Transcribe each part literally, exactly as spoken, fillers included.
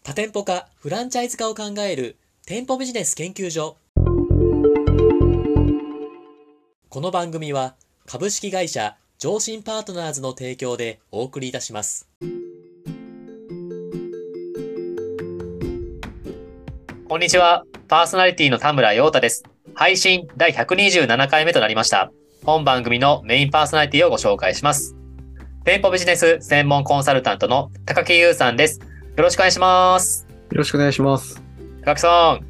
多店舗化、フランチャイズ化を考える店舗ビジネス研究所。この番組は株式会社上信パートナーズの提供でお送りいたします。 こんにちは。パーソナリティの田村陽太です。配信だいひゃくにじゅうななかいめとなりました。本番組のメインパーソナリティをご紹介します。店舗ビジネス専門コンサルタントの高木優さんです。よろしくお願いします。 よろしくお願いします。 高木さん。 はい。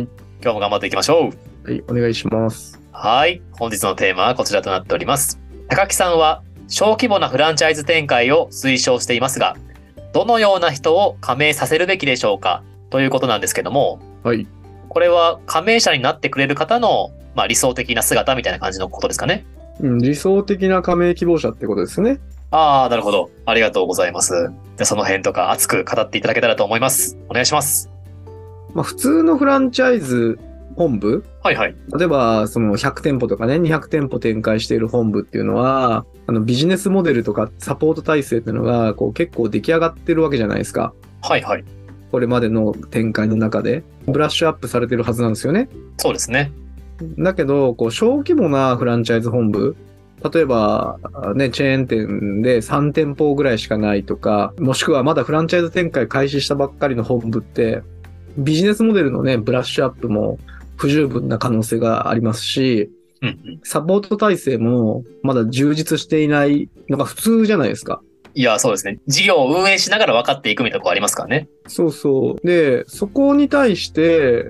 今日も頑張っていきましょう。はい、お願いします。 はい。本日のテーマはこちらとなっております。高木さんは小規模なフランチャイズ展開を推奨していますが、どのような人を加盟させるべきでしょうかということなんですけども、 はい。 これは加盟者になってくれる方の、まあ、理想的な姿みたいな感じのことですかね。 うん、理想的な加盟希望者ってことですね。 ああ、なるほど。ありがとうございます。じゃあその辺とか熱く語っていただけたらと思います。お願いします。 まあ、普通のフランチャイズ本部、 はいはい。 例えばそのひゃくてんぽとかね、にひゃくてんぽ展開している本部っていうのは、あのビジネスモデルとかサポート体制っていうのがこう結構出来上がってるわけじゃないですか。 はいはい。 これまでの展開の中でブラッシュアップされてるはずなんですよね。 そうですね。 だけど、こう小規模なフランチャイズ本部、例えば、ね、チェーン店でさんてんぽぐらいしかないとか、もしくはまだフランチャイズ展開開始したばっかりの本部って、ビジネスモデルのね、ブラッシュアップも不十分な可能性がありますし、 うんうん、 サポート体制もまだ充実していないのが普通じゃないですか。 いや、そうですね。事業を運営しながら分かっていくみたいなとこありますからね。 そうそう。で、そこに対して、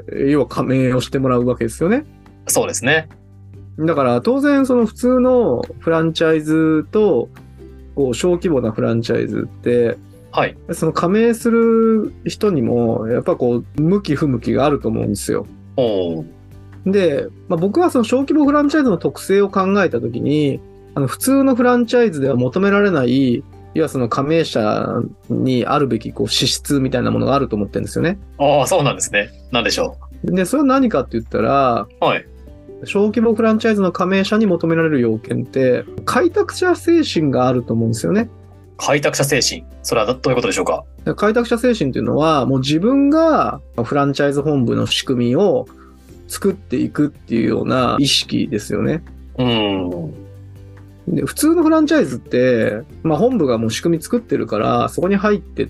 要は加盟をしてもらうわけですよね。 そうですね。 だから当然その普通のフランチャイズとこう小規模なフランチャイズって、 はい、 その加盟する人にもやっぱこう向き不向きがあると思うんですよ。 おで、まあ、僕はその小規模フランチャイズの特性を考えたときに、あの普通のフランチャイズでは求められない要はその加盟者にあるべきこう資質みたいなものがあると思ってるんですよね。 ああ、そうなんですね。なんでしょう。で、それは何かって言ったら、 はい。 小規模フランチャイズの加盟者に求められる要件って、開拓者精神があると思うんですよね。 開拓者精神。それはどういうことでしょうか。 開拓者精神っていうのは、もう自分がフランチャイズ本部の仕組みを作っていくっていうような意識ですよね。 うーん。 で、普通のフランチャイズって、まあ本部がもう仕組み作ってるから、そこに入ってって、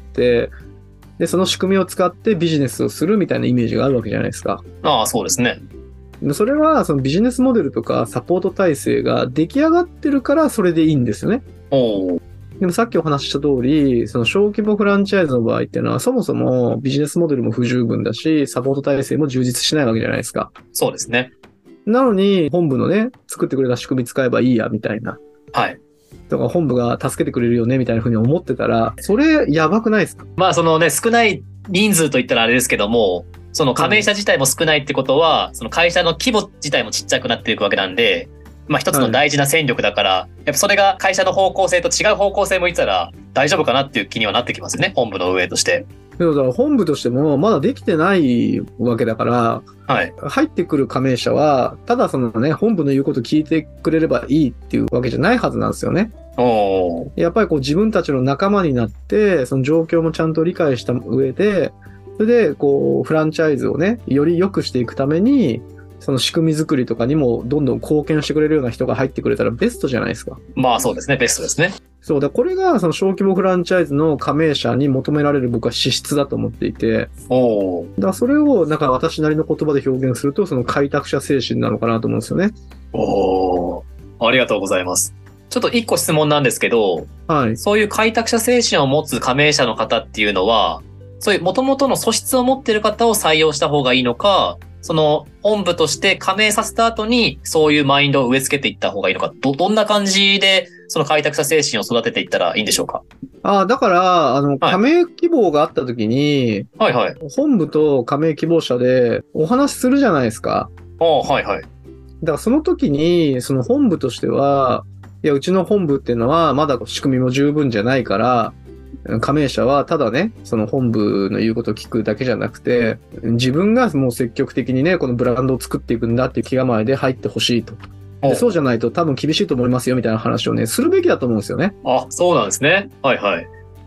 で、その仕組みを使ってビジネスをするみたいなイメージがあるわけじゃないですか。 ああ、そうですね。 それはそのビジネスモデルとかサポート体制が出来上がってるからそれでいいんですよね。 おー。 でもさっきお話しした通り、その小規模フランチャイズの場合っていうのはそもそもビジネスモデルも不十分だし、サポート体制も充実しないわけじゃないですか。 そうですね。 なのに本部のね、作ってくれた仕組み使えばいいやみたいな。 はい。 とか本部が助けてくれるよねみたいな風に思ってたら、それやばくないですか？ まあそのね、少ない人数といったらあれですけども、その加盟者自体も少ないってことは、うん、その会社の規模自体もちっちゃくなっていくわけなんで、まあ一つの大事な戦力だから、はい、やっぱそれが会社の方向性と違う方向性もいったら大丈夫かなっていう気にはなってきますよね、本部の運営として。 だから本部としてもまだできてないわけだから、 はい、 入ってくる加盟者はただそのね本部の言うこと聞いてくれればいいっていうわけじゃないはずなんですよね。 おー。 やっぱりこう自分たちの仲間になってその状況もちゃんと理解した上で、それでこうフランチャイズをねより良くしていくためにその仕組み作りとかにもどんどん貢献してくれるような人が入ってくれたらベストじゃないですか。 まあそうですね、ベストですね。 そうだ、これがその小規模フランチャイズの加盟者に求められる僕は資質だと思っていて、 おー。 だからそれをなんか私なりの言葉で表現するとその開拓者精神なのかなと思うんですよね。 おー。ありがとうございます。ちょっと一個質問なんですけど、 はい、 そういう開拓者精神を持つ加盟者の方っていうのは、そういう元々の素質を持っている方を採用した方がいいのか、その本部として加盟させた後にそういうマインドを植え付けていった方がいいのか、ど、どんな感じでその開拓者精神を育てていったらいいんでしょうか？ ああ、だから、あの、加盟希望があった時に、 はいはい。 本部と加盟希望者でお話しするじゃないですか。 ああ、はいはい。 だからその時に、その本部としては、いや、うちの本部っていうのはまだ仕組みも十分じゃないから、加盟者はただね、その本部の言うことを聞くだけじゃなくて、自分がもう積極的にね、このブランドを作っていくんだっていう気構えで入ってほしいと。でそうじゃないと多分厳しいと思いますよみたいな話をね、するべきだと思うんですよね。 あ、そうなんですね。はいはい。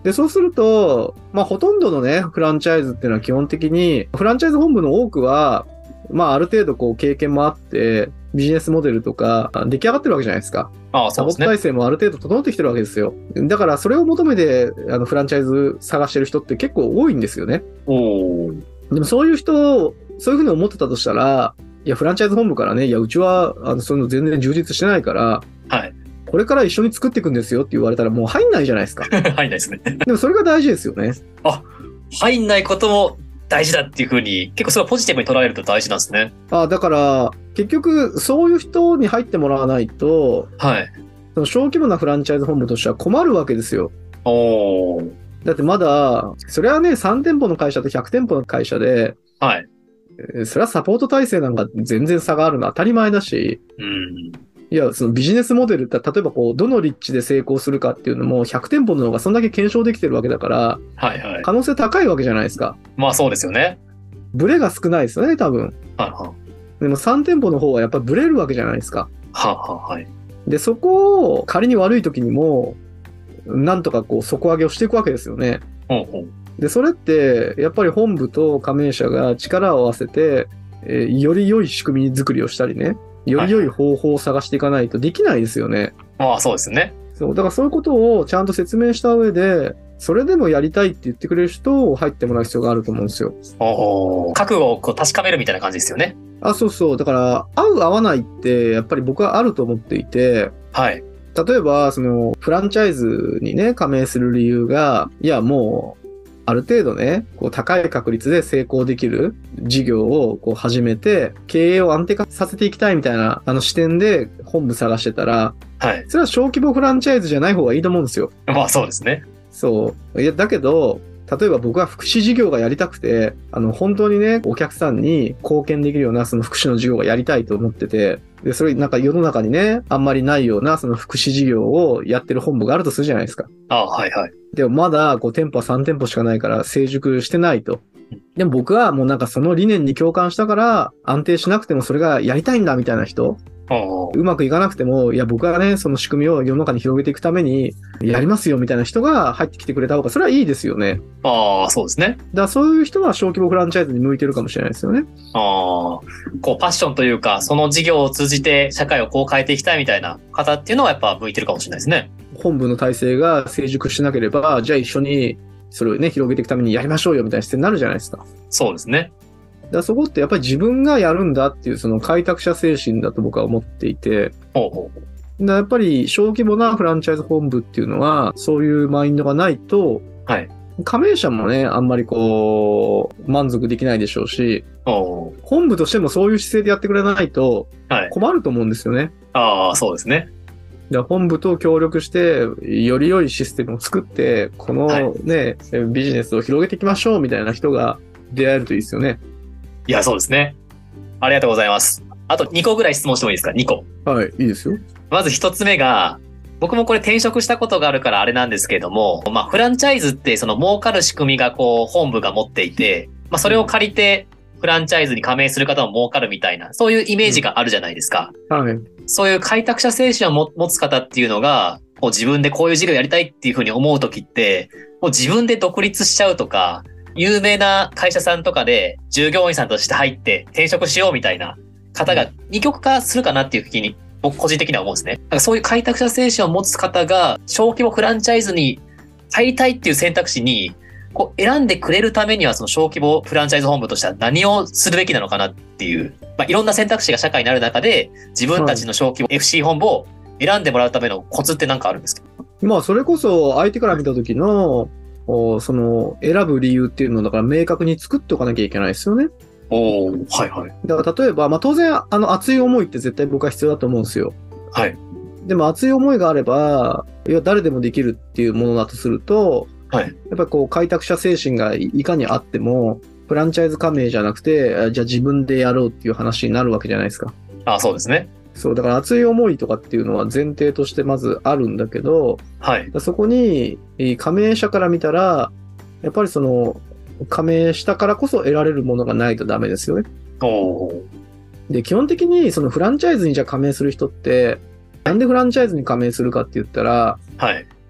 で、そうすると、まあ、ほとんどのね、フランチャイズっていうのは基本的に、フランチャイズ本部の多くは、まあ、ある程度こう経験もあって、ビジネスモデルとか出来上がってるわけじゃないですか。 ああ、 サポートそうですね。 体制もある程度整ってきてるわけですよ。だからそれを求めてあのフランチャイズ探してる人って結構多いんですよね。 おー。 でもそういう人、そういうふうに思ってたとしたら、いや、フランチャイズ本部からね、いや、うちはあのそういうの全然充実してないから、 はい。 これから一緒に作っていくんですよって言われたらもう入んないじゃないですか。 入んないですね。 でもそれが大事ですよね。 入んないことも大事だっていうふうに、結構それをポジティブに捉えると大事なんですね。 あだから、結局、そういう人に入ってもらわないと、 はい。 その小規模なフランチャイズ本部としては困るわけですよ。 おー。 だってまだ、それはね、さん店舗の会社とひゃく店舗の会社で、 はい。 えーそれはサポート体制なんか全然差があるのは当たり前だし、 うん。 いや、そのビジネスモデルって、例えばこう、どの立地で成功するかっていうのも、ひゃく店舗の方がそんだけ検証できてるわけだから、 はいはい。 可能性高いわけじゃないですか。 まあそうですよね。 ブレが少ないですよね、多分。 はいはでもさん店舗の方はやっぱりブレるわけじゃないですか。 はははい。 で、そこを仮に悪い時にも、なんとかこう底上げをしていくわけですよね。 ほうほう。 で、それって、やっぱり本部と加盟者が力を合わせて、えーより良い仕組み作りをしたりね、より良い方法を探していかないとできないですよね。 まあそうですね。 そう、だからそういうことをちゃんと説明した上で、それでもやりたいって言ってくれる人を入ってもらう必要があると思うんですよ。 おー。覚悟をこう確かめるみたいな感じですよね。 あ、そうそう。だから、合う合わないって、やっぱり僕はあると思っていて、 はい。 例えば、その、フランチャイズにね、加盟する理由が、いや、もう、ある程度ね、こう高い確率で成功できる事業をこう始めて、経営を安定化させていきたいみたいな、あの視点で本部探してたら、 はい。 それは小規模フランチャイズじゃない方がいいと思うんですよ。 まあそうですね。 そう。いや、だけど、例えば僕は福祉事業がやりたくて、あの、本当にね、お客さんに貢献できるような、その福祉の事業がやりたいと思ってて、で、それ、なんか世の中にね、あんまりないような、その福祉事業をやってる本部があるとするじゃないですか。 あはいはい。 でもまだ、こう、店舗はさん店舗しかないから成熟してないと。でも僕はもうなんかその理念に共感したから、安定しなくてもそれがやりたいんだみたいな人、 おー。 うまくいかなくても、いや、僕はね、その仕組みを世の中に広げていくために、やりますよみたいな人が入ってきてくれた方が、それはいいですよね。 ああ、そうですね。 だからそういう人は小規模フランチャイズに向いてるかもしれないですよね。 ああ、こうパッションというか、その事業を通じて社会をこう変えていきたいみたいな方っていうのはやっぱ向いてるかもしれないですね。 本部の体制が成熟してなければ、じゃあ一緒にそれをね、広げていくためにやりましょうよみたいな姿勢になるじゃないですか。だかそうですね。 らそこってやっぱり自分がやるんだっていうその開拓者精神だと僕は思っていて、 ほうほう。 だからやっぱり小規模なフランチャイズ本部っていうのは、そういうマインドがないと、 はい。 加盟者もね、あんまりこう、満足できないでしょうし、 おー。 本部としてもそういう姿勢でやってくれないとはい。 困ると思うんですよね。 ああ、そうですね。 だから本部と協力して、より良いシステムを作って、このね、ビジネスを広げていきましょうみたいな人が出会えるといいですよね。 いや、そうですね。ありがとうございます。あとにこぐらい質問してもいいですか ?に 個。 はい、いいですよ。 まずひとつめが、僕もこれ転職したことがあるからあれなんですけれども、まあフランチャイズってその儲かる仕組みがこう本部が持っていて、まあそれを借りてフランチャイズに加盟する方も儲かるみたいな、そういうイメージがあるじゃないですか。 はい。 そういう開拓者精神をも持つ方っていうのが、こう自分でこういう事業やりたいっていうふうに思うときって、もう自分で独立しちゃうとか、有名な会社さんとかで従業員さんとして入って転職しようみたいな方が二極化するかなっていうふうに僕個人的には思うんですね。だからそういう開拓者精神を持つ方が小規模フランチャイズに入りたいっていう選択肢にこう選んでくれるためにはその小規模フランチャイズ本部としては何をするべきなのかなっていう、まあ、いろんな選択肢が社会にある中で自分たちの小規模 エフシー 本部を選んでもらうためのコツって何かあるんですか？ まあ、それこそ相手から見た時の、おその、選ぶ理由っていうのをだから明確に作っておかなきゃいけないですよね。 おー、はいはい。 だから例えば、まあ当然、あの熱い思いって絶対僕は必要だと思うんですよ。 はい。 でも熱い思いがあれば、いや、誰でもできるっていうものだとすると、 はい。 やっぱりこう開拓者精神がいかにあっても、フランチャイズ加盟じゃなくて、あじゃあ自分でやろうっていう話になるわけじゃないですか。 あ、そうですね。 そう、だから熱い思いとかっていうのは前提としてまずあるんだけど、 はい。 そこにえー加盟者から見たら、やっぱりその加盟したからこそ得られるものがないとダメですよね。 おー。 で、基本的にそのフランチャイズにじゃあ加盟する人って、なんでフランチャイズに加盟するかって言ったら、 はい。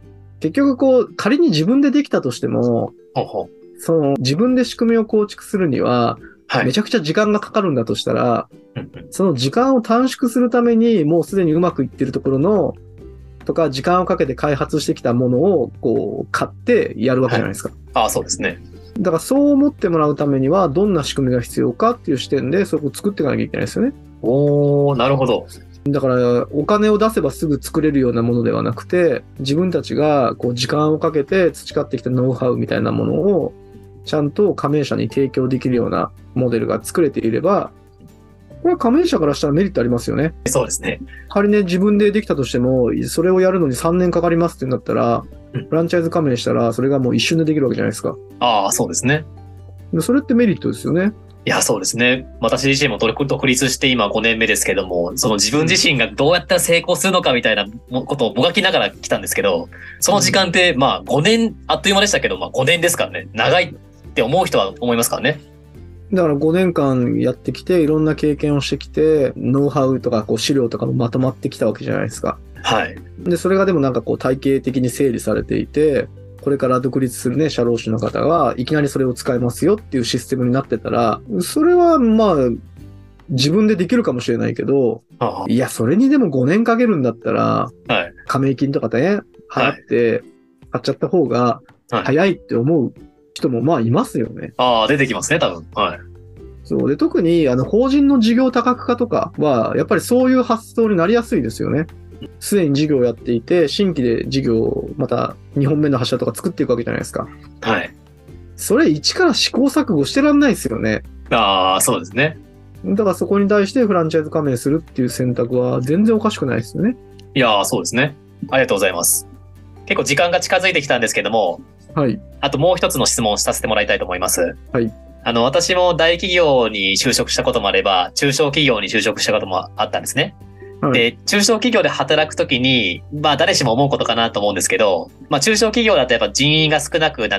結局こう、仮に自分でできたとしても、 ほうほう。 その自分で仕組みを構築するには、 はい。 めちゃくちゃ時間がかかるんだとしたら、 うんうんその時間を短縮するために、もうすでにうまくいってるところの、とか、時間をかけて開発してきたものを、こう、買ってやるわけじゃないですか。 ああ、そうですね。 だからそう思ってもらうためには、どんな仕組みが必要かっていう視点で、そこを作っていかなきゃいけないですよね。 おー、なるほど。 だから、お金を出せばすぐ作れるようなものではなくて、自分たちがこう時間をかけて培ってきたノウハウみたいなものを、ちゃんと加盟者に提供できるようなモデルが作れていれば、これは加盟者からしたらメリットありますよね。 そうですね。 仮にね、自分でできたとしても、それをやるのにさんねんかかりますってなったら、 うんフランチャイズ加盟したら、それがもう一瞬でできるわけじゃないですか。 ああ、そうですね。 でそれってメリットですよね。 いや、そうですね。私自身も独独立して今ごねんめですけども、その自分自身がどうやったら成功するのかみたいなことをもがきながら来たんですけど、その時間ってまあごねん、あっという間でしたけど、まあごねんですからね。長いって思う人は思いますからね。 だからごねんかんやってきて、いろんな経験をしてきて、ノウハウとかこう資料とかもまとまってきたわけじゃないですか。 はい。 で、それがでもなんかこう体系的に整理されていて、これから独立するね、社労士の方がいきなりそれを使えますよっていうシステムになってたら、それはまあ、自分でできるかもしれないけど、 あいや、それにでもごねんかけるんだったら、 あはい。 加盟金とかね、払って買っちゃった方がはい。 早いって思う人もまあいますよね。 ああ、出てきますね、多分。はい。 そうで、特にあの法人の事業多角化とかは、やっぱりそういう発想になりやすいですよね。すでに事業をやっていて、新規で事業をまたにほんめの柱とか作っていくわけじゃないですか。 はい。 それ一から試行錯誤してらんないですよね。 ああ、そうですね。 だからそこに対してフランチャイズ加盟するっていう選択は全然おかしくないですよね。 いやー、そうですね。ありがとうございます。結構時間が近づいてきたんですけども、 はい。 あともう一つの質問をさせてもらいたいと思います。 はい。 あの、私も大企業に就職したこともあれば、中小企業に就職したこともあったんですね。 はい、 で、中小企業で働くときに、まあ誰しも思うことかなと思うんですけど、まあ中小企業だとやっぱ人員が少なくなって、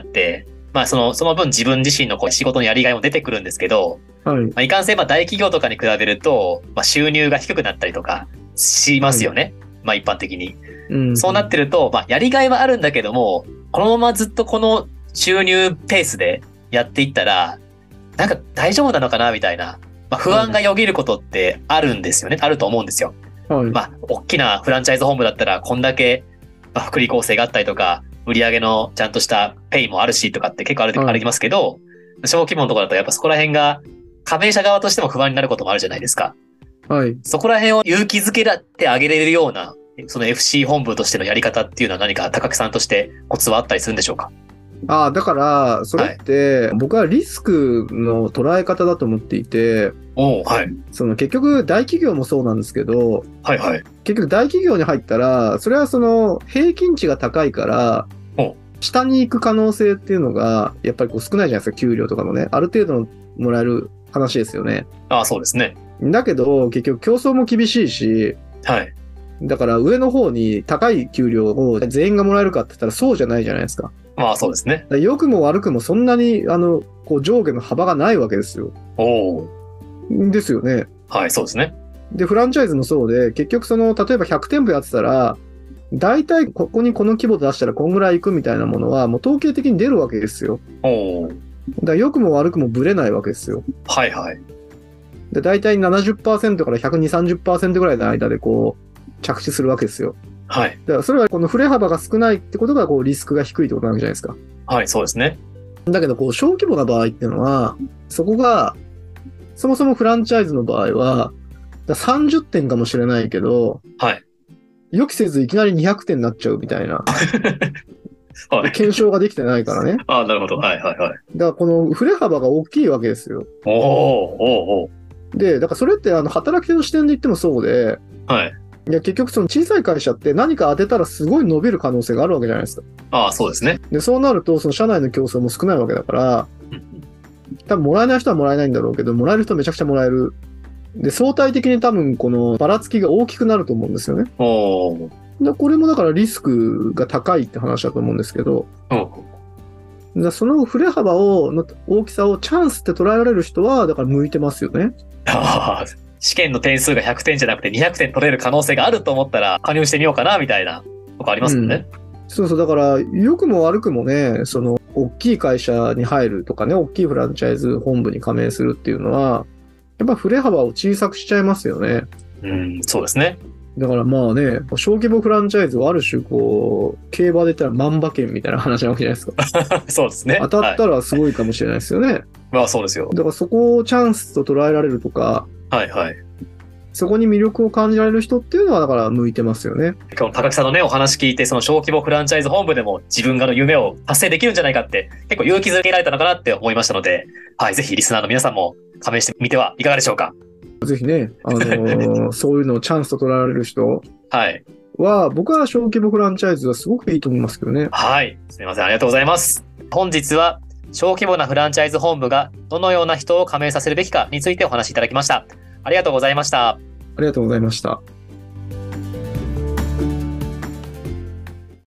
まあその、その分自分自身のこう仕事のやりがいも出てくるんですけど、 はい。 まあ、いかんせんまあ大企業とかに比べると、まあ収入が低くなったりとかしますよね。まあ一般的に。 うん、 そうなってると、まあやりがいはあるんだけども、このままずっとこの収入ペースでやっていったら、なんか大丈夫なのかなみたいな、まあ、不安がよぎることってあるんですよね。あると思うんですよ。 はい。 まあ、大きなフランチャイズ本部だったら、こんだけ、まあ、福利厚生があったりとか、売上のちゃんとしたペイもあるしとかって結構ある、 はいありますけど、小規模のところだとやっぱそこら辺が、加盟者側としても不安になることもあるじゃないですか。 はい。 そこら辺を勇気づけてあげれるような、その エフシー 本部としてのやり方っていうのは何か高木さんとしてコツはあったりするんでしょうか？ ああ、だから、それって、僕はリスクの捉え方だと思っていて、 おお、はい。 その結局大企業もそうなんですけど、 はいはい。 結局大企業に入ったら、それはその平均値が高いからお、 下に行く可能性っていうのが、やっぱりこう少ないじゃないですか、給料とかもね。ある程度のもらえる話ですよね。 ああ、そうですね。 だけど、結局競争も厳しいし、 はい。 だから上の方に高い給料を全員がもらえるかって言ったらそうじゃないじゃないですか。 まあそうですね。 だから良くも悪くもそんなに、あの、こう上下の幅がないわけですよ。 おお。 ですよね。 はい、そうですね。 で、フランチャイズもそうで、結局その、例えばひゃくてんぽやってたら、大体ここにこの規模出したらこんぐらい行くみたいなものは、もう統計的に出るわけですよ。 おお。 だから良くも悪くもブレないわけですよ。 はいはい。 で、大体ななじゅっパーセントからひゃくにじゅう、さんじゅっパーセントぐらいの間でこう、着地するわけですよ。 はい。 だからそれはこの振れ幅が少ないってことがこうリスクが低いってことなわけじゃないですか。 はい、そうですね。 だけどこう小規模な場合っていうのは、そこが、そもそもフランチャイズの場合は、さんじゅってんかもしれないけど、 はい。 予期せずいきなりにひゃくてんになっちゃうみたいな、 はい。 検証ができてないからね。 ああ、なるほど。はいはいはい。 だからこの振れ幅が大きいわけですよ。 おおおおで、だからそれってあの働き手の視点で言ってもそうで、 はい。 いや結局その小さい会社って何か当てたらすごい伸びる可能性があるわけじゃないですか。 ああ、そうですね。 で、そうなるとその社内の競争も少ないわけだから、多分もらえない人はもらえないんだろうけど、もらえる人はめちゃくちゃもらえる。で、相対的に多分このばらつきが大きくなると思うんですよね。 おお。 で、これもだからリスクが高いって話だと思うんですけど、 おでその振れ幅を、の大きさをチャンスって捉えられる人は、だから向いてますよね。 ああ、試験の点数がひゃくてんじゃなくてにひゃくてん取れる可能性があると思ったら加入してみようかなみたいなとこありますよね。 そうそう、だから、良くも悪くもね、その、大きい会社に入るとかね、大きいフランチャイズ本部に加盟するっていうのは、やっぱ振れ幅を小さくしちゃいますよね。 うん、そうですね。 だからまあね、小規模フランチャイズはある種こう、競馬で言ったら万馬券みたいな話なわけじゃないですか。 そうですね。 当たったはい、 らすごいかもしれないですよね。 まあそうですよ。 だからそこをチャンスと捉えられるとか、 はいはい。 そこに魅力を感じられる人っていうのはだから向いてますよね。 今日高木さんのね、お話聞いて、その小規模フランチャイズ本部でも自分がの夢を達成できるんじゃないかって、結構勇気づけられたのかなって思いましたので、はい、ぜひリスナーの皆さんも加盟してみてはいかがでしょうか。 ぜひね、あのー、そういうのをチャンスと捉えられる人はい。 は、僕は小規模フランチャイズはすごくいいと思いますけどね。 はい。すみません。ありがとうございます。本日は小規模なフランチャイズ本部がどのような人を加盟させるべきかについてお話しいただきました。ありがとうございました。 ありがとうございました。